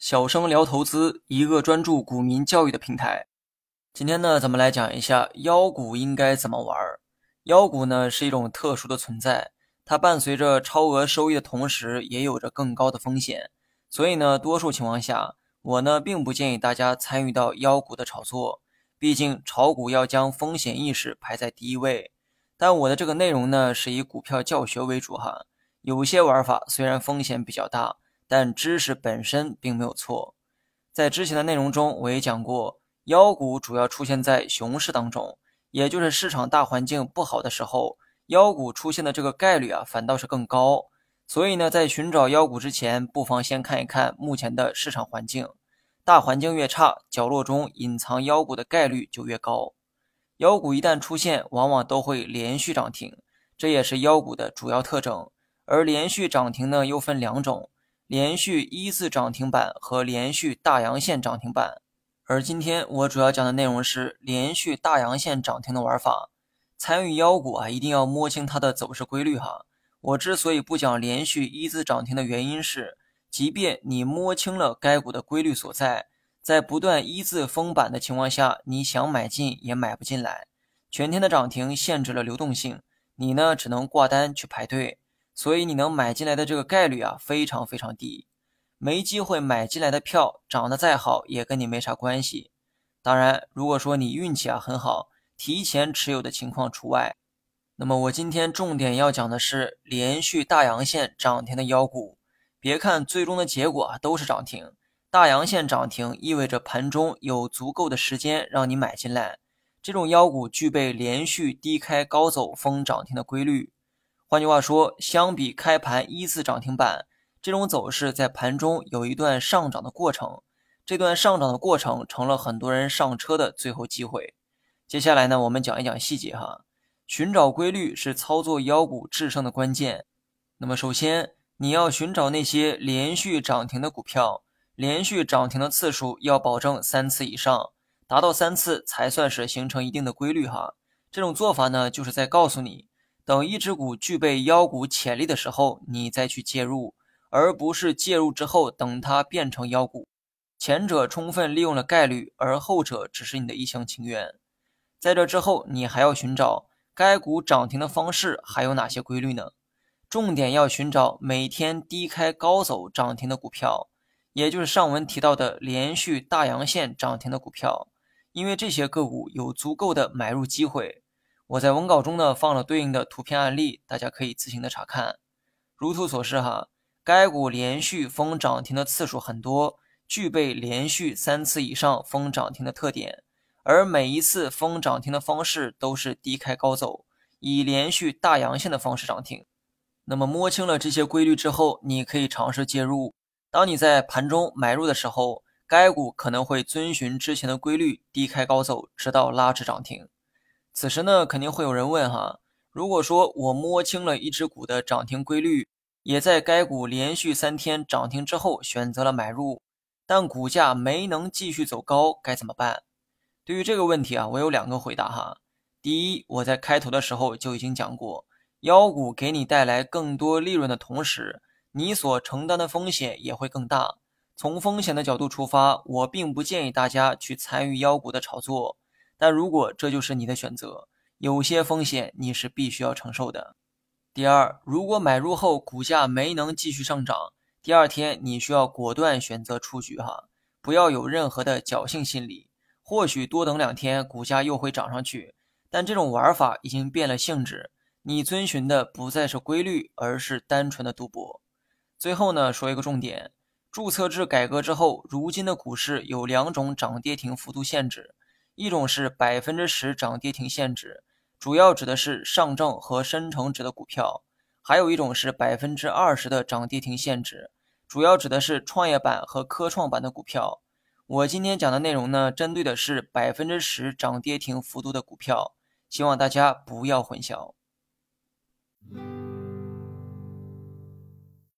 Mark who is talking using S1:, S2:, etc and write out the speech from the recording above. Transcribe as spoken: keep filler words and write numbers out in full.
S1: 小生聊投资，一个专注股民教育的平台。今天呢，咱们来讲一下妖股应该怎么玩。妖股呢是一种特殊的存在，它伴随着超额收益的同时，也有着更高的风险。所以呢，多数情况下，我呢并不建议大家参与到妖股的炒作，毕竟炒股要将风险意识排在第一位。但我的这个内容呢是以股票教学为主哈，有些玩法虽然风险比较大，但知识本身并没有错。在之前的内容中，我也讲过，妖股主要出现在熊市当中，也就是市场大环境不好的时候，妖股出现的这个概率啊，反倒是更高。所以呢，在寻找妖股之前，不妨先看一看目前的市场环境。大环境越差，角落中隐藏妖股的概率就越高。妖股一旦出现，往往都会连续涨停，这也是妖股的主要特征。而连续涨停呢，又分两种。连续一字涨停板和连续大阳线涨停板，而今天我主要讲的内容是连续大阳线涨停的玩法。参与妖股啊，一定要摸清它的走势规律哈。我之所以不讲连续一字涨停的原因是，即便你摸清了该股的规律所在，在不断一字封板的情况下，你想买进也买不进来。全天的涨停限制了流动性，你呢只能挂单去排队。所以你能买进来的这个概率啊，非常非常低。没机会买进来的票，涨得再好也跟你没啥关系。当然，如果说你运气啊很好，提前持有的情况除外。那么我今天重点要讲的是连续大阳线涨停的妖股。别看最终的结果啊都是涨停，大阳线涨停意味着盘中有足够的时间让你买进来。这种妖股具备连续低开高走封涨停的规律。换句话说，相比开盘依次涨停板，这种走势在盘中有一段上涨的过程，这段上涨的过程成了很多人上车的最后机会。接下来呢，我们讲一讲细节哈。寻找规律是操作妖股制胜的关键。那么首先，你要寻找那些连续涨停的股票，连续涨停的次数要保证三次以上，达到三次才算是形成一定的规律哈。这种做法呢，就是在告诉你，等一只股具备妖股潜力的时候，你再去介入，而不是介入之后等它变成妖股。前者充分利用了概率，而后者只是你的一厢情愿。在这之后，你还要寻找该股涨停的方式还有哪些规律呢？重点要寻找每天低开高走涨停的股票，也就是上文提到的连续大阳线涨停的股票，因为这些个股有足够的买入机会。我在文稿中呢放了对应的图片案例，大家可以自行的查看。如图所示哈，该股连续封涨停的次数很多，具备连续三次以上封涨停的特点，而每一次封涨停的方式都是低开高走，以连续大阳线的方式涨停。那么摸清了这些规律之后，你可以尝试介入。当你在盘中买入的时候，该股可能会遵循之前的规律低开高走，直到拉至涨停。此时呢，肯定会有人问哈，如果说我摸清了一只股的涨停规律，也在该股连续三天涨停之后选择了买入，但股价没能继续走高，该怎么办？对于这个问题啊，我有两个回答哈。第一，我在开头的时候就已经讲过，妖股给你带来更多利润的同时，你所承担的风险也会更大。从风险的角度出发，我并不建议大家去参与妖股的炒作。但如果这就是你的选择，有些风险你是必须要承受的。第二，如果买入后股价没能继续上涨，第二天你需要果断选择出局哈，不要有任何的侥幸心理。或许多等两天股价又会涨上去，但这种玩法已经变了性质，你遵循的不再是规律，而是单纯的赌博。最后呢，说一个重点，注册制改革之后，如今的股市有两种涨跌停幅度限制。一种是百分之十涨跌停限制，主要指的是上证和深成指的股票；还有一种是百分之二十的涨跌停限制，主要指的是创业板和科创板的股票。我今天讲的内容呢，针对的是百分之十涨跌停幅度的股票，希望大家不要混淆。